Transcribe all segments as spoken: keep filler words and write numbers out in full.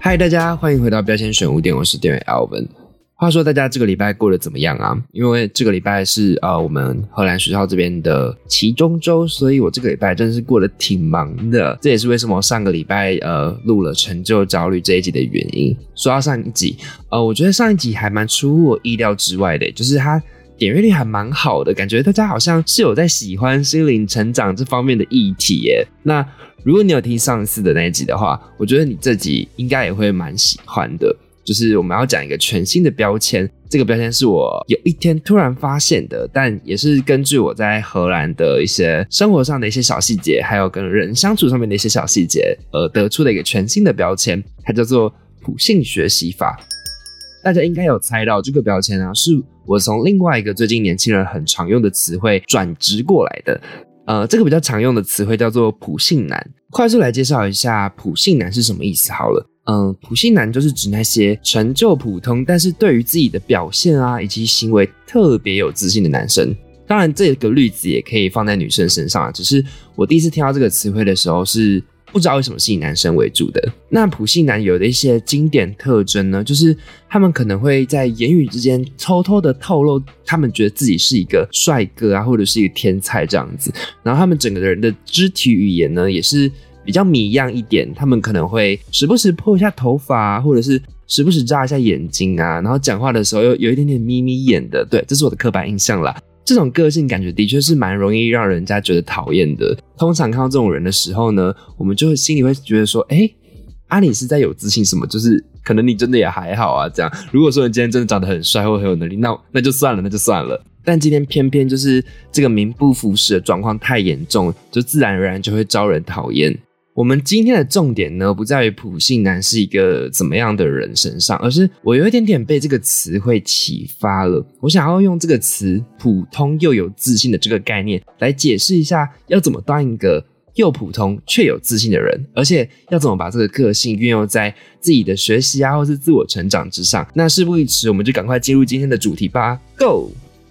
嗨，大家欢迎回到标签选物店，我是店员 Alvin。话说大家这个礼拜过得怎么样啊？因为这个礼拜是呃我们荷兰学校这边的期中周，所以我这个礼拜真的是过得挺忙的。这也是为什么上个礼拜呃录了成就焦虑这一集的原因。说到上一集，呃我觉得上一集还蛮出乎我意料之外的，就是它点阅率还蛮好的，感觉大家好像是有在喜欢心灵成长这方面的议题耶。那如果你有听上一次的那一集的话，我觉得你这集应该也会蛮喜欢的。就是我们要讲一个全新的标签，这个标签是我有一天突然发现的，但也是根据我在荷兰的一些生活上的一些小细节，还有跟人相处上面的一些小细节而得出的一个全新的标签，它叫做普信学习法。大家应该有猜到这个标签啊，是我从另外一个最近年轻人很常用的词汇转职过来的。呃，这个比较常用的词汇叫做普信男。快速来介绍一下普信男是什么意思好了。嗯，普信男就是指那些成就普通，但是对于自己的表现啊以及行为特别有自信的男生。当然，这个例子也可以放在女生身上啊。只是我第一次听到这个词汇的时候是不知道为什么是以男生为主的。那普信男有的一些经典特征呢，就是他们可能会在言语之间偷偷的透露他们觉得自己是一个帅哥啊，或者是一个天才这样子。然后他们整个人的肢体语言呢，也是比较谜样一点，他们可能会时不时拨一下头发啊，或者是时不时眨一下眼睛啊，然后讲话的时候又有一点点眯眯眼的。对，这是我的刻板印象啦。这种个性感觉的确是蛮容易让人家觉得讨厌的。通常看到这种人的时候呢，我们就心里会觉得说，哎，啊你是在有自信什么？就是可能你真的也还好啊这样。如果说你今天真的长得很帅或很有能力，那那就算了，那就算了。但今天偏偏就是这个名不符实的状况太严重，就自然而然就会招人讨厌。我们今天的重点呢，不在于普信男是一个怎么样的人身上，而是我有一点点被这个词汇启发了。我想要用这个词普通又有自信的这个概念来解释一下，要怎么当一个又普通却有自信的人，而且要怎么把这个个性运用在自己的学习啊或是自我成长之上。那事不宜迟，我们就赶快进入今天的主题吧 ，Go！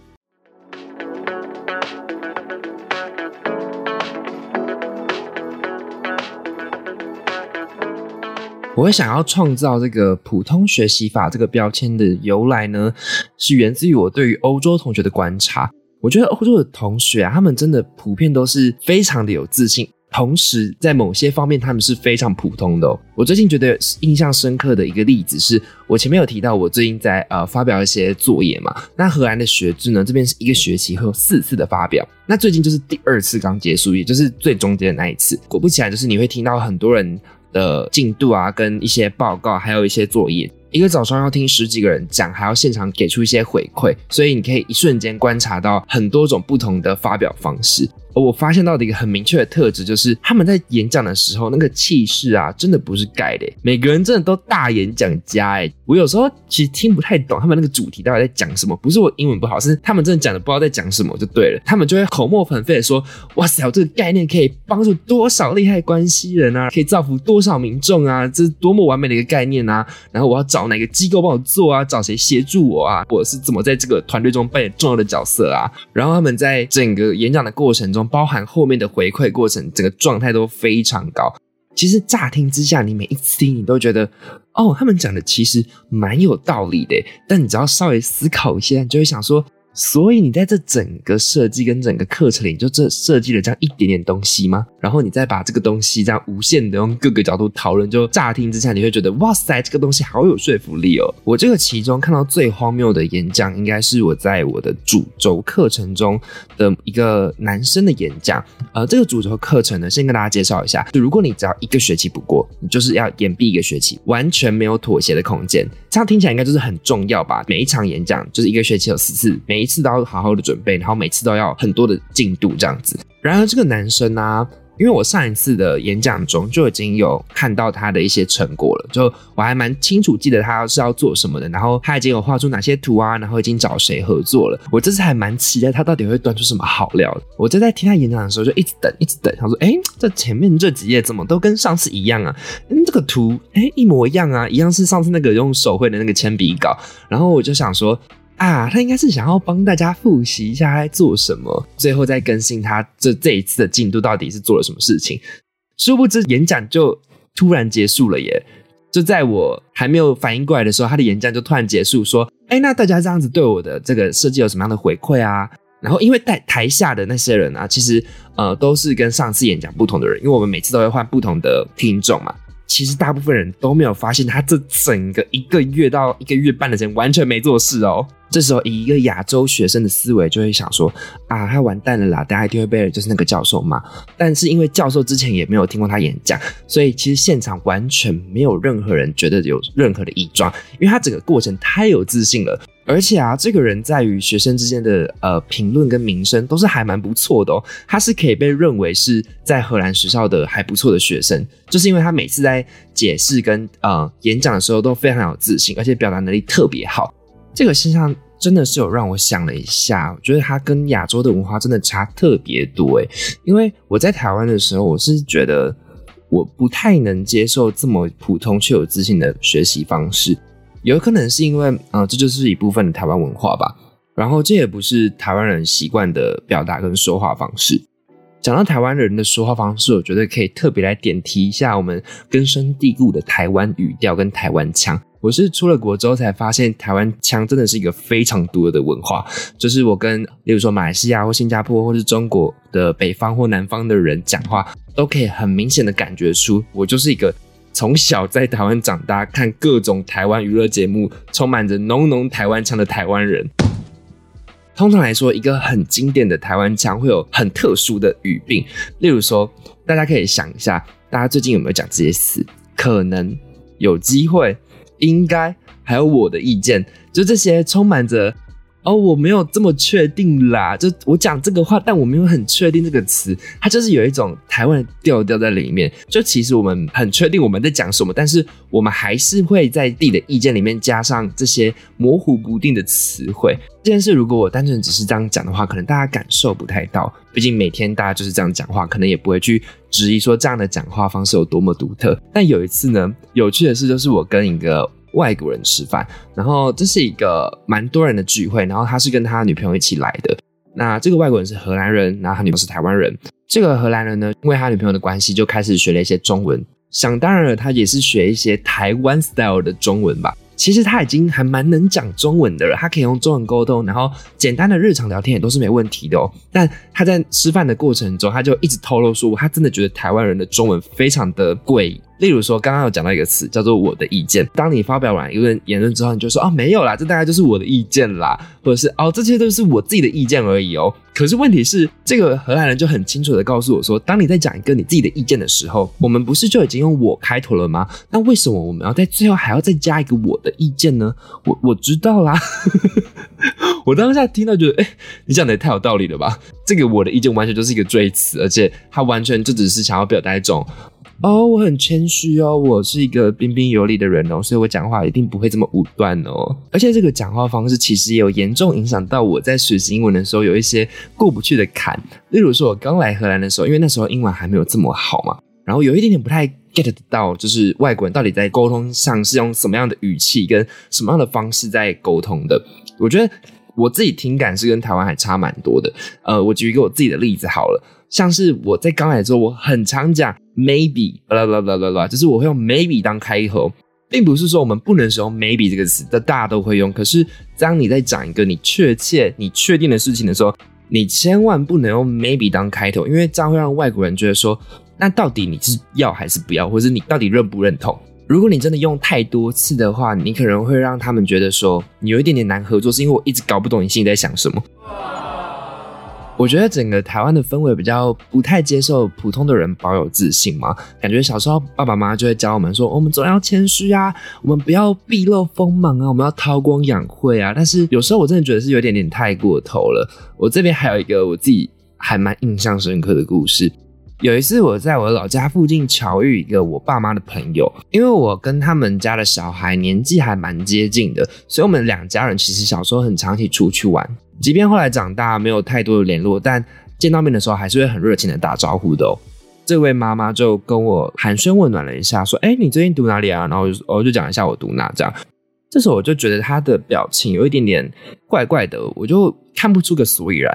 我会想要创造这个普通学习法这个标签的由来呢，是源自于我对于欧洲同学的观察。我觉得欧洲的同学啊，他们真的普遍都是非常的有自信，同时在某些方面他们是非常普通的哦。我最近觉得印象深刻的一个例子是，我前面有提到我最近在呃发表一些作业嘛，那荷兰的学制呢，这边是一个学期会有四次的发表，那最近就是第二次刚结束，也就是最中间的那一次。果不其然，就是你会听到很多人的进度啊，跟一些报告，还有一些作业，一个早上要听十几个人讲，还要现场给出一些回馈，所以你可以一瞬间观察到很多种不同的发表方式。而我发现到的一个很明确的特质，就是他们在演讲的时候那个气势啊，真的不是盖的，每个人真的都大演讲家耶。我有时候其实听不太懂他们那个主题到底在讲什么，不是我英文不好，是他们真的讲的不知道在讲什么就对了。他们就会口沫横飞的说，哇塞，这个概念可以帮助多少利害关系人啊，可以造福多少民众啊，这是多么完美的一个概念啊。然后我要找哪个机构帮我做啊，找谁协助我啊，我是怎么在这个团队中扮演重要的角色啊。然后他们在整个演讲的过程中，包含后面的回馈过程，整个状态都非常高。其实乍听之下，你每一次听你都觉得哦，他们讲的其实蛮有道理的，但你只要稍微思考一下，你就会想说，所以你在这整个设计跟整个课程里，你就这设计了这样一点点东西吗？然后你再把这个东西这样无限的用各个角度讨论，就乍听之下你会觉得哇塞，这个东西好有说服力哦。我这个其中看到最荒谬的演讲，应该是我在我的主轴课程中的一个男生的演讲。呃，这个主轴课程呢，先跟大家介绍一下，就如果你只要一个学期不过，你就是要延毕一个学期，完全没有妥协的空间。这样听起来应该就是很重要吧？每一场演讲就是一个学期有四次，每一次都要好好的准备，然后每次都要很多的进度这样子。然而这个男生啊，因为我上一次的演讲中就已经有看到他的一些成果了，就我还蛮清楚记得他是要做什么的，然后他已经有画出哪些图啊，然后已经找谁合作了。我这次还蛮期待他到底会端出什么好料的。我就在听他演讲的时候就一直等一直等，他说诶，这前面这几页怎么都跟上次一样啊，嗯，这个图诶一模一样啊，一样是上次那个用手绘的那个铅笔稿。然后我就想说啊，他应该是想要帮大家复习一下他在做什么，最后再更新他这这一次的进度到底是做了什么事情。殊不知演讲就突然结束了耶。 就在我还没有反应过来的时候，他的演讲就突然结束说，哎，那大家这样子对我的这个设计有什么样的回馈啊？然后因为在台下的那些人啊，其实呃都是跟上次演讲不同的人，因为我们每次都会换不同的听众嘛。其实大部分人都没有发现他这整个一个月到一个月半的时间完全没做事哦。这时候以一个亚洲学生的思维就会想说啊，他完蛋了啦，大家一定会被就是那个教授骂。但是因为教授之前也没有听过他演讲，所以其实现场完全没有任何人觉得有任何的异状，因为他整个过程太有自信了。而且啊，这个人在于学生之间的呃评论跟名声都是还蛮不错的哦。他是可以被认为是在荷兰学校的还不错的学生，就是因为他每次在解释跟呃演讲的时候都非常有自信，而且表达能力特别好。这个现象真的是有让我想了一下，我觉得他跟亚洲的文化真的差特别多诶。因为我在台湾的时候，我是觉得我不太能接受这么普通却有自信的学习方式。有可能是因为呃，这就是一部分的台湾文化吧，然后这也不是台湾人习惯的表达跟说话方式。讲到台湾人的说话方式，我觉得可以特别来点题一下我们根深蒂固的台湾语调跟台湾腔。我是出了国之后才发现台湾腔真的是一个非常多的文化，就是我跟例如说马来西亚或新加坡或是中国的北方或南方的人讲话，都可以很明显的感觉出我就是一个从小在台湾长大，看各种台湾娱乐节目，充满着浓浓台湾腔的台湾人。通常来说，一个很经典的台湾腔会有很特殊的语病，例如说，大家可以想一下，大家最近有没有讲这些词？可能、有机会、应该，还有我的意见，就这些充满着哦，我没有这么确定啦，就我讲这个话，但我没有很确定这个词，它就是有一种台湾的调调在里面。就其实我们很确定我们在讲什么，但是我们还是会在自己的意见里面加上这些模糊不定的词汇。这件事如果我单纯只是这样讲的话，可能大家感受不太到，毕竟每天大家就是这样讲话，可能也不会去质疑说这样的讲话方式有多么独特。但有一次呢，有趣的事就是我跟一个外国人吃饭，然后这是一个蛮多人的聚会，然后他是跟他女朋友一起来的。那这个外国人是荷兰人，然后他女朋友是台湾人。这个荷兰人呢，因为他女朋友的关系，就开始学了一些中文。想当然了，他也是学一些台湾 style 的中文吧。其实他已经还蛮能讲中文的了，他可以用中文沟通，然后简单的日常聊天也都是没问题的哦。但他在吃饭的过程中，他就一直透露说，他真的觉得台湾人的中文非常的诡异。例如说，刚刚有讲到一个词叫做我的意见，当你发表完一个言论之后，你就说哦没有啦，这大概就是我的意见啦，或者是哦这些都是我自己的意见而已哦。可是问题是，这个荷兰人就很清楚的告诉我说，当你在讲一个你自己的意见的时候，我们不是就已经用我开头了吗？那为什么我们要在最后还要再加一个我的意见呢？我我知道啦我当下听到觉得哎、欸，你讲的也太有道理了吧，这个我的意见完全就是一个赘词，而且他完全就只是想要表达一种哦，我很谦虚哦，我是一个彬彬有礼的人哦，所以我讲话一定不会这么武断哦。而且这个讲话方式其实也有严重影响到我在学习英文的时候有一些过不去的坎。例如说我刚来荷兰的时候，因为那时候英文还没有这么好嘛，然后有一点点不太 get 得到，就是外国人到底在沟通上是用什么样的语气跟什么样的方式在沟通的。我觉得我自己听感是跟台湾还差蛮多的。呃，我举一个我自己的例子好了，像是我在刚来的时候，我很常讲 maybe， blah blah blah blah blah， 就是我会用 maybe 当开头，并不是说我们不能使用 maybe 这个词，这大家都会用。可是当你在讲一个你确切、你确定的事情的时候，你千万不能用 maybe 当开头，因为这样会让外国人觉得说，那到底你是要还是不要，或者你到底认不认同？如果你真的用太多次的话，你可能会让他们觉得说你有一点点难合作，是因为我一直搞不懂你心里在想什么。我觉得整个台湾的氛围比较不太接受普通的人保有自信嘛，感觉小时候爸爸妈妈就会教我们说，我们总要谦虚啊，我们不要毕露锋芒啊，我们要韬光养晦啊。但是有时候我真的觉得是有点点太过头了。我这边还有一个我自己还蛮印象深刻的故事。有一次我在我老家附近巧遇一个我爸妈的朋友，因为我跟他们家的小孩年纪还蛮接近的，所以我们两家人其实小时候很常一起出去玩，即便后来长大没有太多的联络，但见到面的时候还是会很热情的打招呼的哦。这位妈妈就跟我寒暄问暖了一下，说哎，你最近读哪里啊？然后我就, 我就讲一下我读哪这样。这时候我就觉得她的表情有一点点怪怪的，我就看不出个所以然。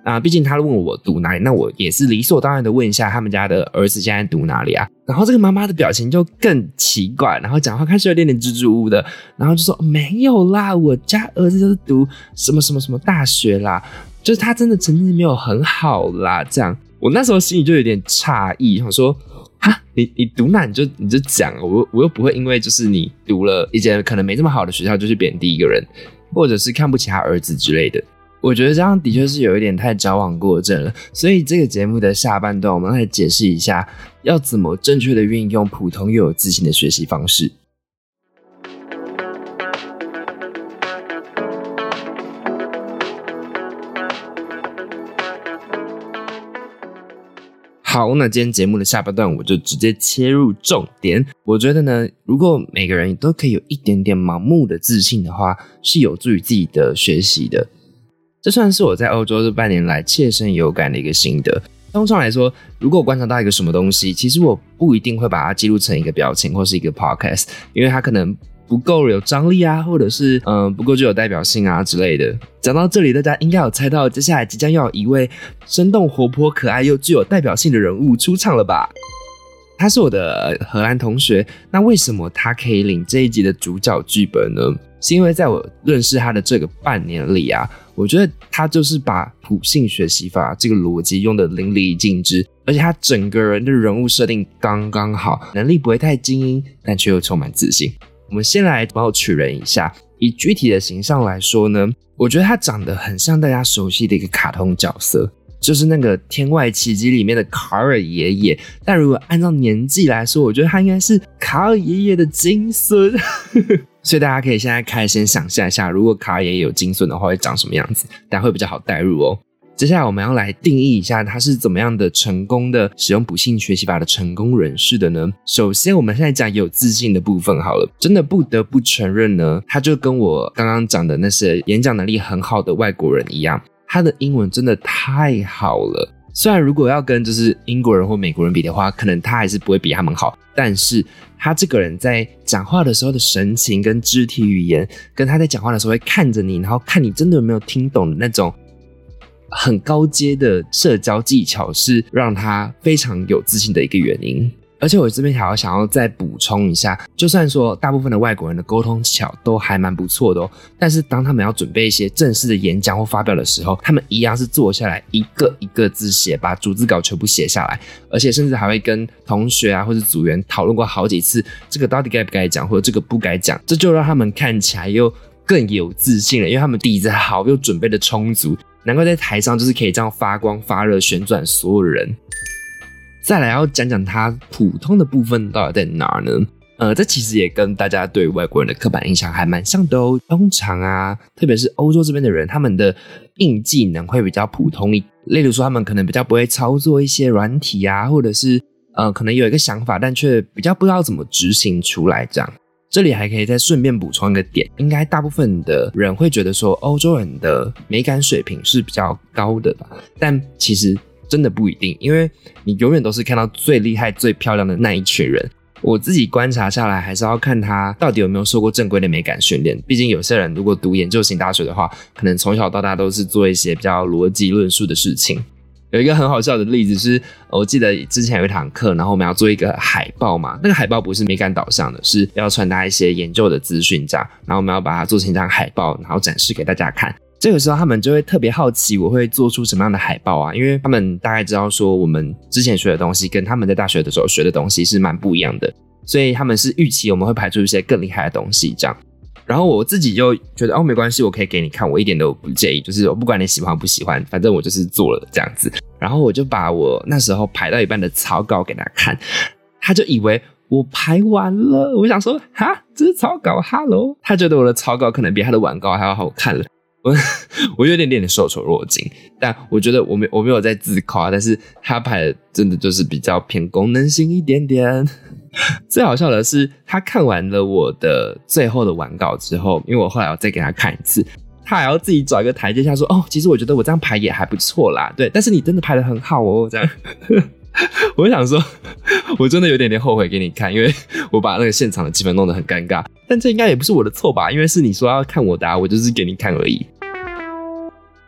啊，毕竟他问我读哪里，那我也是理所当然的问一下他们家的儿子现在读哪里啊。然后这个妈妈的表情就更奇怪，然后讲话开始有点点支支吾吾的，然后就说没有啦，我家儿子就是读什么什么什么大学啦，就是他真的成绩没有很好啦，这样。我那时候心里就有点诧异，想说哈，你你读哪你就你就讲，我我又不会因为就是你读了一间可能没这么好的学校就去贬低一个人，或者是看不起他儿子之类的。我觉得这样的确是有一点太矫枉过正了，所以这个节目的下半段我们来解释一下要怎么正确的运用普通又有自信的学习方式。好，那今天节目的下半段我就直接切入重点。我觉得呢，如果每个人都可以有一点点盲目的自信的话，是有助于自己的学习的。这算是我在欧洲这半年来切身有感的一个心得。通常来说，如果我观察到一个什么东西，其实我不一定会把它记录成一个表情或是一个 podcast， 因为它可能不够有张力啊，或者是嗯、呃、不够具有代表性啊之类的。讲到这里，大家应该有猜到接下来即将要有一位生动活泼可爱又具有代表性的人物出场了吧。他是我的荷兰同学，那为什么他可以领这一集的主角剧本呢？是因为在我认识他的这个半年里啊，我觉得他就是把普信学习法这个逻辑用得淋漓尽致，而且他整个人的人物设定刚刚好，能力不会太精英，但却又充满自信。我们先来帮我取人一下，以具体的形象来说呢，我觉得他长得很像大家熟悉的一个卡通角色，就是那个《天外奇迹》里面的卡尔爷爷，但如果按照年纪来说，我觉得他应该是卡尔爷爷的金孙。所以大家可以现在开始先想象一下，如果卡尔爷爷有金孙的话会长什么样子，大家会比较好带入哦。接下来我们要来定义一下他是怎么样的成功的使用普信学习法的成功人士的呢？首先我们现在讲有自信的部分好了，真的不得不承认呢，他就跟我刚刚讲的那些演讲能力很好的外国人一样，他的英文真的太好了。虽然如果要跟就是英国人或美国人比的话，可能他还是不会比他们好，但是他这个人在讲话的时候的神情跟肢体语言，跟他在讲话的时候会看着你，然后看你真的有没有听懂的那种很高阶的社交技巧，是让他非常有自信的一个原因。而且我这边还要想要再补充一下，就算说大部分的外国人的沟通技巧都还蛮不错的哦，但是当他们要准备一些正式的演讲或发表的时候，他们一样是坐下来一个一个字写，把逐字稿全部写下来，而且甚至还会跟同学啊或者组员讨论过好几次，这个到底该不该讲或者这个不该讲，这就让他们看起来又更有自信了，因为他们底子好又准备的充足，难怪在台上就是可以这样发光发热旋转所有人。再来要讲讲他普通的部分到底在哪儿呢？呃，这其实也跟大家对外国人的刻板印象还蛮像的哦。通常啊，特别是欧洲这边的人，他们的硬技能会比较普通一点，例如说他们可能比较不会操作一些软体啊，或者是呃可能有一个想法，但却比较不知道怎么执行出来这样。这里还可以再顺便补充一个点，应该大部分的人会觉得说欧洲人的美感水平是比较高的吧，但其实真的不一定，因为你永远都是看到最厉害最漂亮的那一群人。我自己观察下来，还是要看他到底有没有受过正规的美感训练，毕竟有些人如果读研究型大学的话，可能从小到大都是做一些比较逻辑论述的事情。有一个很好笑的例子是，我记得之前有一堂课，然后我们要做一个海报嘛，那个海报不是美感导向的，是要传达一些研究的资讯这样，然后我们要把它做成一张海报，然后展示给大家看。这个时候他们就会特别好奇我会做出什么样的海报啊，因为他们大概知道说我们之前学的东西跟他们在大学的时候学的东西是蛮不一样的，所以他们是预期我们会排出一些更厉害的东西这样。然后我自己就觉得哦没关系，我可以给你看，我一点都不介意，就是我不管你喜欢不喜欢，反正我就是做了这样子。然后我就把我那时候排到一半的草稿给他看，他就以为我排完了，我想说哈这是草稿哈喽，他觉得我的草稿可能比他的完稿还要好看了。我我有点点的受宠若惊，但我觉得我没我没有在自夸，但是他排的真的就是比较偏功能性一点点。最好笑的是，他看完了我的最后的完稿之后，因为我后来要再给他看一次，他还要自己找一个台阶下说，哦，其实我觉得我这样排也还不错啦，对，但是你真的排得很好哦，这样。我想说，我真的有点点后悔给你看，因为我把那个现场的气氛弄得很尴尬，但这应该也不是我的错吧，因为是你说要看我的啊，我就是给你看而已。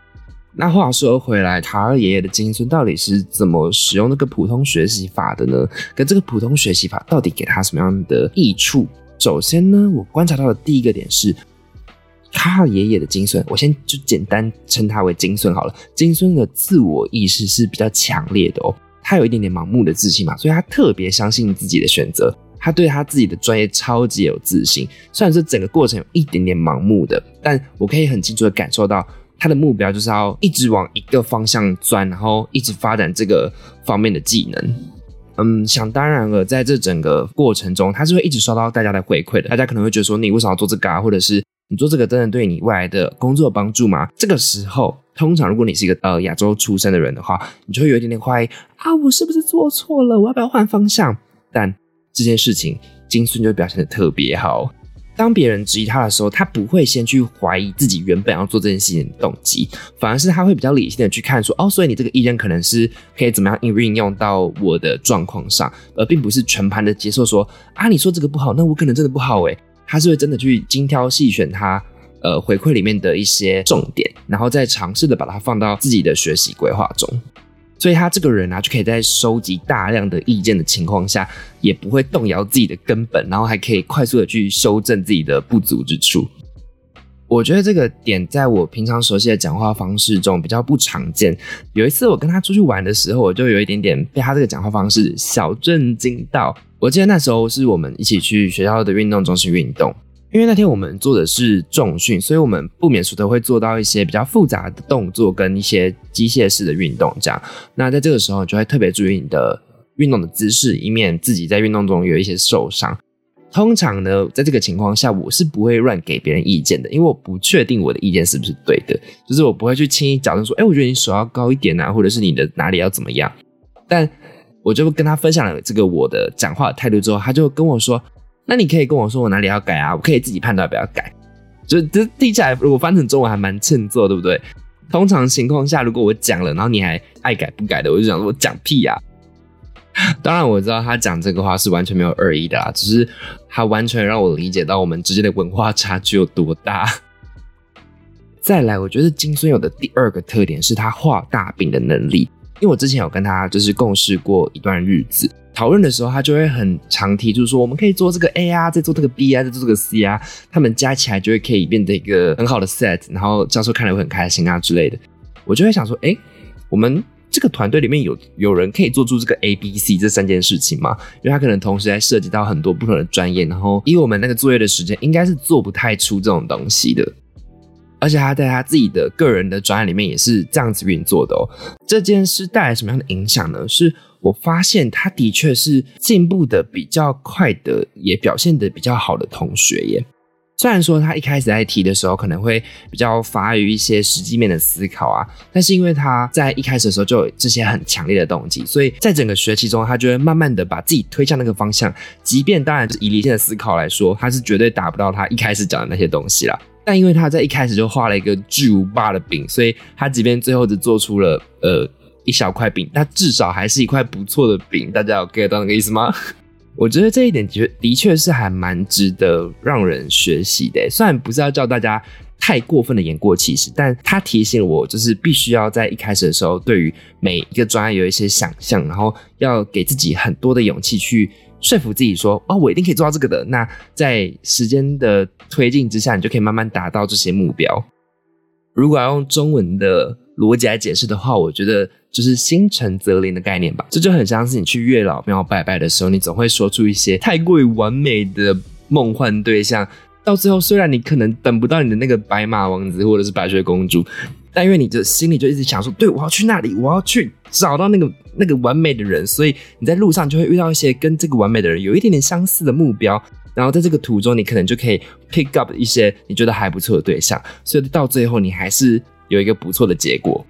那话说回来，塔尔爷爷的金孙到底是怎么使用那个普通学习法的呢？跟这个普通学习法到底给他什么样的益处？首先呢，我观察到的第一个点是，塔尔爷爷的金孙，我先就简单称他为金孙好了。金孙的自我意识是比较强烈的哦，他有一点点盲目的自信嘛，所以他特别相信自己的选择。他对他自己的专业超级有自信，虽然这整个过程有一点点盲目的，但我可以很清楚的感受到他的目标就是要一直往一个方向钻，然后一直发展这个方面的技能。嗯，想当然了，在这整个过程中，他是会一直收到大家的回馈的。大家可能会觉得说，你为什么要做这个啊？或者是你做这个真的对你未来的工作有帮助吗？这个时候，通常如果你是一个呃亚洲出生的人的话，你就会有一点点怀疑啊，我是不是做错了？我要不要换方向？但这件事情，金孙就表现得特别好。当别人质疑他的时候，他不会先去怀疑自己原本要做这件事情的动机，反而是他会比较理性的去看说，哦，所以你这个意见可能是可以怎么样运用到我的状况上，而并不是全盘的接受说，啊，你说这个不好，那我可能真的不好诶。他是会真的去精挑细选他呃回馈里面的一些重点，然后再尝试的把它放到自己的学习规划中。所以他这个人啊，就可以在收集大量的意见的情况下，也不会动摇自己的根本，然后还可以快速的去修正自己的不足之处。我觉得这个点在我平常熟悉的讲话方式中比较不常见。有一次我跟他出去玩的时候，我就有一点点被他这个讲话方式小震惊到。我记得那时候是我们一起去学校的运动中心运动，因为那天我们做的是重训，所以我们不免俗的会做到一些比较复杂的动作跟一些机械式的运动这样。那在这个时候你就会特别注意你的运动的姿势，以免自己在运动中有一些受伤。通常呢，在这个情况下我是不会乱给别人意见的，因为我不确定我的意见是不是对的，就是我不会去轻易矫正说，哎，我觉得你手要高一点啊，或者是你的哪里要怎么样。但我就跟他分享了这个我的讲话的态度之后，他就跟我说，那你可以跟我说我哪里要改啊，我可以自己判断要不要改。就这听起来如果翻成中文还蛮欠揍，对不对？通常情况下如果我讲了然后你还爱改不改的，我就想说我讲屁啊。当然我知道他讲这个话是完全没有恶意的啦，只是他完全让我理解到我们之间的文化差距有多大。再来，我觉得金孙有的第二个特点是他画大饼的能力。因为我之前有跟他就是共事过一段日子，讨论的时候他就会很常提出说，我们可以做这个 A 啊，再做这个 B 啊，再做这个 C 啊，他们加起来就会可以变得一个很好的 set， 然后教授看了会很开心啊之类的。我就会想说，诶，我们这个团队里面有有人可以做出这个 A、B、C 这三件事情吗？因为他可能同时在涉及到很多不同的专业，然后以我们那个作业的时间，应该是做不太出这种东西的。而且他在他自己的个人的专案里面也是这样子运作的哦。这件事带来什么样的影响呢？是我发现他的确是进步的比较快的，也表现的比较好的同学耶。虽然说他一开始在提的时候可能会比较乏于一些实际面的思考啊，但是因为他在一开始的时候就有这些很强烈的动机，所以在整个学期中他就会慢慢的把自己推向那个方向。即便当然以理性的思考来说，他是绝对达不到他一开始讲的那些东西啦。但因为他在一开始就画了一个巨无霸的饼，所以他即便最后只做出了呃一小块饼，他至少还是一块不错的饼。大家有 get 到那个意思吗？我觉得这一点的确是还蛮值得让人学习的。虽然不是要叫大家太过分的言过其实，但他提醒我就是必须要在一开始的时候对于每一个专案有一些想象，然后要给自己很多的勇气去说服自己说，哦，我一定可以做到这个的。那在时间的推进之下，你就可以慢慢达到这些目标。如果要用中文的逻辑来解释的话，我觉得就是心诚则灵的概念吧。这就很像是你去月老庙拜拜的时候，你总会说出一些太过于完美的梦幻对象，到最后虽然你可能等不到你的那个白马王子或者是白雪公主，但因为你的心里就一直想说，对，我要去那里，我要去找到那个那个完美的人，所以你在路上就会遇到一些跟这个完美的人有一点点相似的目标，然后在这个途中你可能就可以 pick up 一些你觉得还不错的对象，所以到最后你还是有一个不错的结果。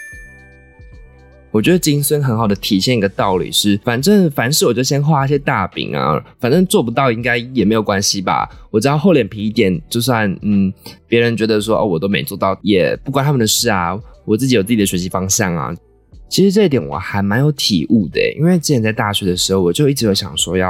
我觉得金孙很好的体现一个道理是，反正凡事我就先画一些大饼啊，反正做不到应该也没有关系吧，我只要厚脸皮一点，就算嗯别人觉得说哦我都没做到也不关他们的事啊，我自己有自己的学习方向啊。其实这一点我还蛮有体悟的，因为之前在大学的时候我就一直有想说要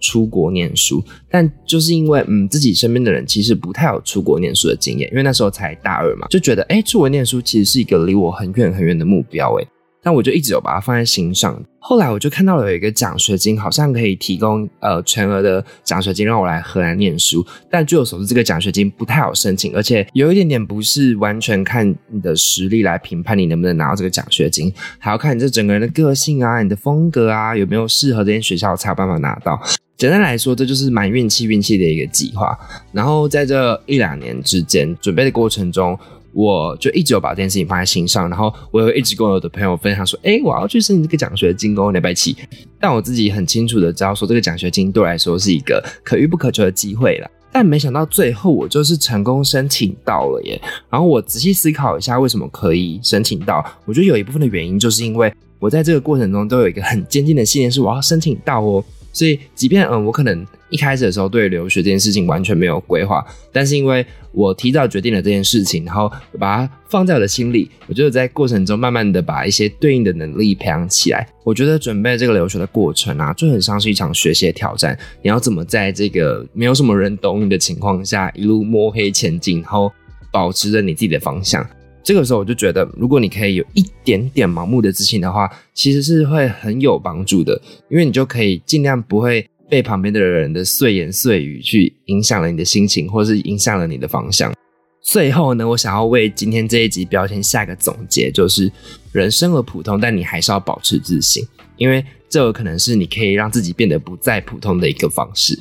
出国念书，但就是因为嗯自己身边的人其实不太有出国念书的经验，因为那时候才大二嘛，就觉得诶出国念书其实是一个离我很远很远的目标诶，但我就一直有把它放在心上。后来我就看到了有一个奖学金，好像可以提供呃全额的奖学金让我来荷兰念书，但据我所知这个奖学金不太好申请，而且有一点点不是完全看你的实力来评判你能不能拿到这个奖学金，还要看你这整个人的个性啊、你的风格啊，有没有适合这间学校才有办法拿到。简单来说，这就是蛮运气运气的一个计划。然后在这一两年之间准备的过程中，我就一直有把这件事情放在心上，然后我有一直跟我的朋友分享说，诶我要去申请这个奖学金哦，礼拜七。但我自己很清楚的知道说，这个奖学金对我来说是一个可遇不可求的机会啦。但没想到最后我就是成功申请到了耶。然后我仔细思考一下为什么可以申请到，我觉得有一部分的原因就是因为我在这个过程中都有一个很坚定的信念，是我要申请到哦。所以即便嗯我可能一开始的时候对留学这件事情完全没有规划，但是因为我提早决定了这件事情，然后把它放在我的心里，我就在过程中慢慢的把一些对应的能力培养起来。我觉得准备这个留学的过程啊，就很像是一场学习的挑战，你要怎么在这个没有什么人懂你的情况下一路摸黑前进，然后保持着你自己的方向。这个时候我就觉得，如果你可以有一点点盲目的自信的话，其实是会很有帮助的，因为你就可以尽量不会被旁边的人的碎言碎语去影响了你的心情，或是影响了你的方向。最后呢，我想要为今天这一集标签下一个总结，就是人生而普通，但你还是要保持自信，因为这有可能是你可以让自己变得不再普通的一个方式。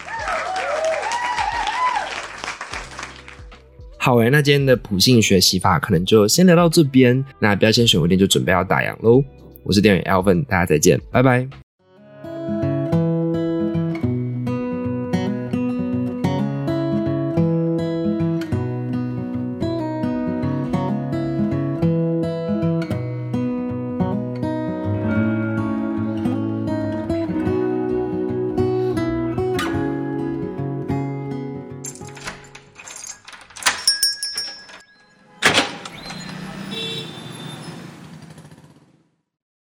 好诶，那今天的普信学习法可能就先聊到这边，那标签选物店就准备要打烊咯。我是店员 Alvin， 大家再见，拜拜。